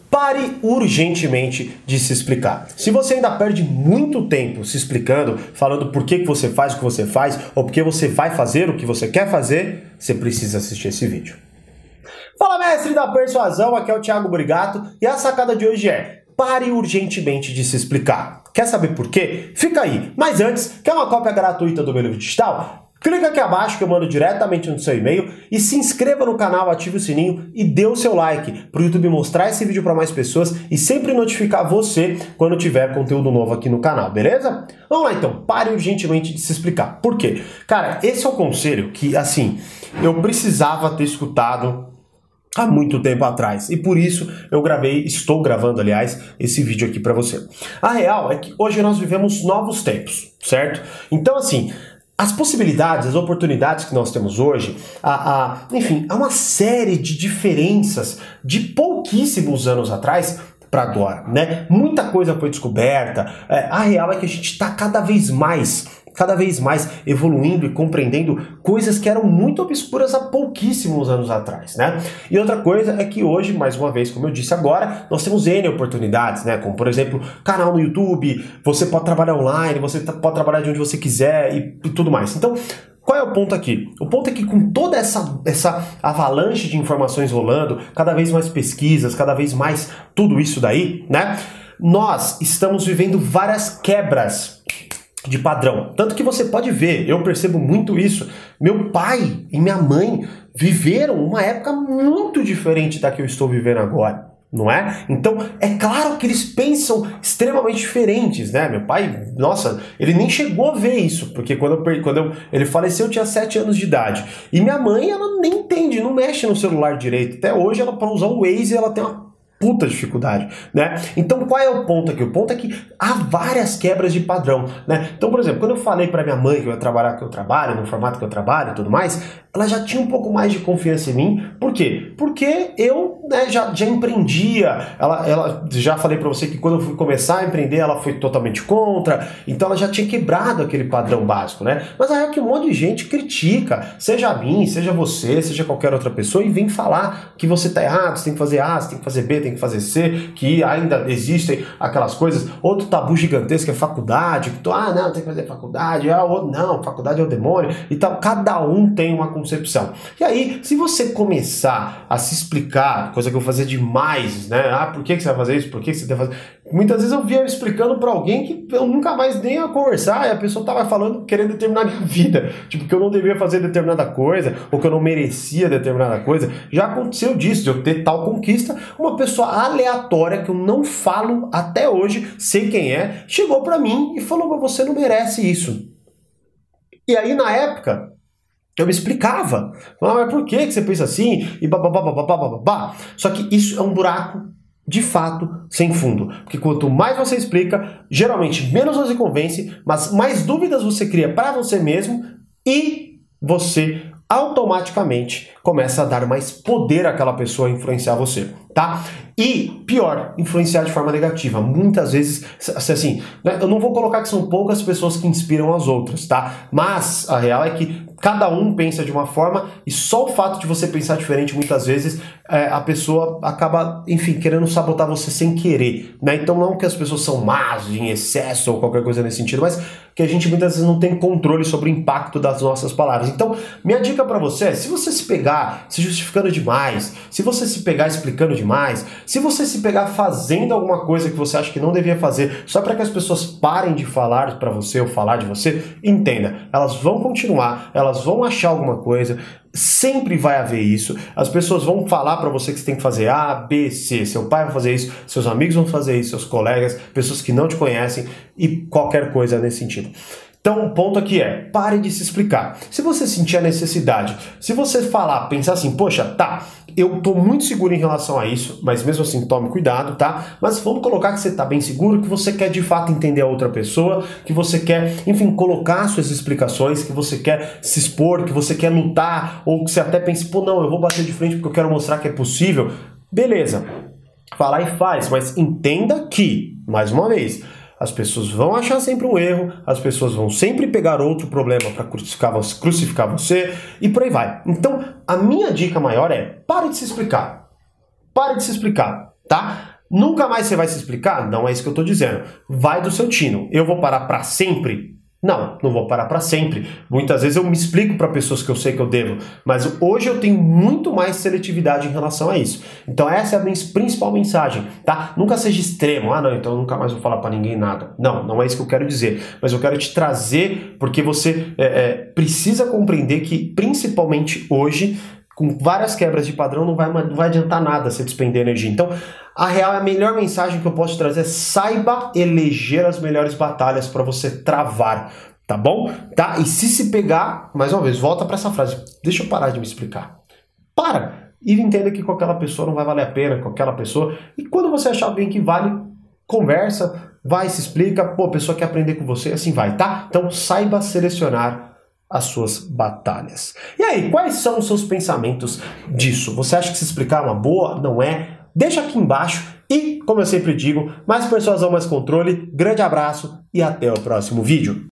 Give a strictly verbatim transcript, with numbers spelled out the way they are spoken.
Pare urgentemente de se explicar. Se você ainda perde muito tempo se explicando, falando por que que você faz o que você faz, ou por que você vai fazer o que você quer fazer, você precisa assistir esse vídeo. Fala, mestre da persuasão, aqui é o Thiago Brigato, e a sacada de hoje é: pare urgentemente de se explicar. Quer saber por quê? Fica aí. Mas antes, quer uma cópia gratuita do meu livro digital? Clica aqui abaixo que eu mando diretamente no seu e-mail e se inscreva no canal, ative o sininho e dê o seu like para o YouTube mostrar esse vídeo para mais pessoas e sempre notificar você quando tiver conteúdo novo aqui no canal, beleza? Vamos lá então, pare urgentemente de se explicar. Por quê? Cara, esse é o conselho que, assim, eu precisava ter escutado há muito tempo atrás, e por isso eu gravei, estou gravando, aliás, esse vídeo aqui para você. A real é que hoje nós vivemos novos tempos, certo? Então, assim, as possibilidades, as oportunidades que nós temos hoje, a, a, enfim, há uma série de diferenças de pouquíssimos anos atrás para agora, né? Muita coisa foi descoberta. É, a real é que a gente está cada vez mais cada vez mais evoluindo e compreendendo coisas que eram muito obscuras há pouquíssimos anos atrás, né? E outra coisa é que hoje, mais uma vez, como eu disse agora, nós temos N oportunidades, né? Como, por exemplo, canal no YouTube, você pode trabalhar online, você pode trabalhar de onde você quiser e, e tudo mais. Então, qual é o ponto aqui? O ponto é que com toda essa, essa avalanche de informações rolando, cada vez mais pesquisas, cada vez mais tudo isso daí, né? Nós estamos vivendo várias quebras de padrão. Tanto que você pode ver, eu percebo muito isso. Meu pai e minha mãe viveram uma época muito diferente da que eu estou vivendo agora, não é? Então, é claro que eles pensam extremamente diferentes, né? Meu pai, nossa, ele nem chegou a ver isso, porque quando, eu, quando eu, ele faleceu eu tinha sete anos de idade. E minha mãe, ela nem entende, não mexe no celular direito. Até hoje, ela para usar o Waze, ela tem uma puta dificuldade, né? Então qual é o ponto aqui? O ponto é que há várias quebras de padrão, né? Então, por exemplo, quando eu falei para minha mãe que eu ia trabalhar que eu trabalho, no formato que eu trabalho e tudo mais, ela já tinha um pouco mais de confiança em mim. Por quê? Porque eu, né, já, já empreendia. Ela, ela, já falei para você que quando eu fui começar a empreender, ela foi totalmente contra. Então ela já tinha quebrado aquele padrão básico, né? Mas aí é que um monte de gente critica, seja a mim, seja você, seja qualquer outra pessoa, e vem falar que você tá errado, você tem que fazer A, você tem que fazer B, tem que fazer C, que ainda existem aquelas coisas. Outro tabu gigantesco é faculdade, que tu, ah, não, tem que fazer faculdade, ah, outro, não, faculdade é o demônio e tal. Cada um tem uma concepção. E aí, se você começar a se explicar, coisa que eu vou fazer demais, né? Ah, por que que você vai fazer isso? Por que que você deve fazer? Muitas vezes eu via explicando pra alguém que eu nunca mais nem ia conversar, e a pessoa tava falando, querendo determinar a minha vida. Tipo, que eu não devia fazer determinada coisa, ou que eu não merecia determinada coisa. Já aconteceu disso, de eu ter tal conquista. Uma pessoa aleatória, que eu não falo até hoje, sei quem é, chegou pra mim e falou: mas você não merece isso. E aí, na época, eu me explicava. Falava: mas por que que você pensa assim? E bababá, bababá, bababá. Só que isso é um buraco, de fato, sem fundo. Porque quanto mais você explica, geralmente menos você convence, mas mais dúvidas você cria para você mesmo e você automaticamente começa a dar mais poder àquela pessoa a influenciar você, tá? E, pior, influenciar de forma negativa. Muitas vezes, assim, eu não vou colocar que são poucas pessoas que inspiram as outras, tá? Mas a real é que cada um pensa de uma forma e só o fato de você pensar diferente, muitas vezes, é, a pessoa acaba, enfim, querendo sabotar você sem querer, né? Então não que as pessoas são más, em excesso ou qualquer coisa nesse sentido, mas que a gente muitas vezes não tem controle sobre o impacto das nossas palavras. Então, minha dica pra você é: se você se pegar se justificando demais, se você se pegar explicando demais, se você se pegar fazendo alguma coisa que você acha que não devia fazer, só para que as pessoas parem de falar para você ou falar de você, entenda, elas vão continuar, elas vão achar alguma coisa, sempre vai haver isso, as pessoas vão falar para você que você tem que fazer A, B, C, seu pai vai fazer isso, seus amigos vão fazer isso, seus colegas, pessoas que não te conhecem e qualquer coisa nesse sentido. Então o ponto aqui é: pare de se explicar. Se você sentir a necessidade, se você falar, pensar assim: poxa, tá, eu tô muito seguro em relação a isso, mas mesmo assim tome cuidado, tá? Mas vamos colocar que você tá bem seguro, que você quer de fato entender a outra pessoa, que você quer, enfim, colocar suas explicações, que você quer se expor, que você quer lutar, ou que você até pensa: pô, não, eu vou bater de frente porque eu quero mostrar que é possível. Beleza, fala e faz, mas entenda que, mais uma vez, as pessoas vão achar sempre um erro, as pessoas vão sempre pegar outro problema para crucificar, crucificar você e por aí vai. Então, a minha dica maior é: pare de se explicar. Pare de se explicar, tá? Nunca mais você vai se explicar? Não é isso que eu estou dizendo. Vai do seu tino. Eu vou parar para sempre? Não, não vou parar para sempre. Muitas vezes eu me explico para pessoas que eu sei que eu devo, mas hoje eu tenho muito mais seletividade em relação a isso. Então essa é a minha principal mensagem, tá? Nunca seja extremo. Ah, não, então eu nunca mais vou falar para ninguém nada. Não, não é isso que eu quero dizer. Mas eu quero te trazer porque você é, é, precisa compreender que, principalmente hoje, com várias quebras de padrão, não vai, não vai adiantar nada você despender energia. Então, a real, a melhor mensagem que eu posso te trazer é: saiba eleger as melhores batalhas para você travar, tá bom? Tá? E se se pegar, mais uma vez, volta para essa frase. Deixa eu parar de me explicar. Para! E entenda que com aquela pessoa não vai valer a pena, com aquela pessoa. E quando você achar alguém que vale, conversa, vai, se explica. Pô, a pessoa quer aprender com você, assim vai, tá? Então, saiba selecionar as suas batalhas. E aí, quais são os seus pensamentos disso? Você acha que se explicar é uma boa? Não é? Deixa aqui embaixo e, como eu sempre digo, mais persuasão, mais controle. Grande abraço e até o próximo vídeo.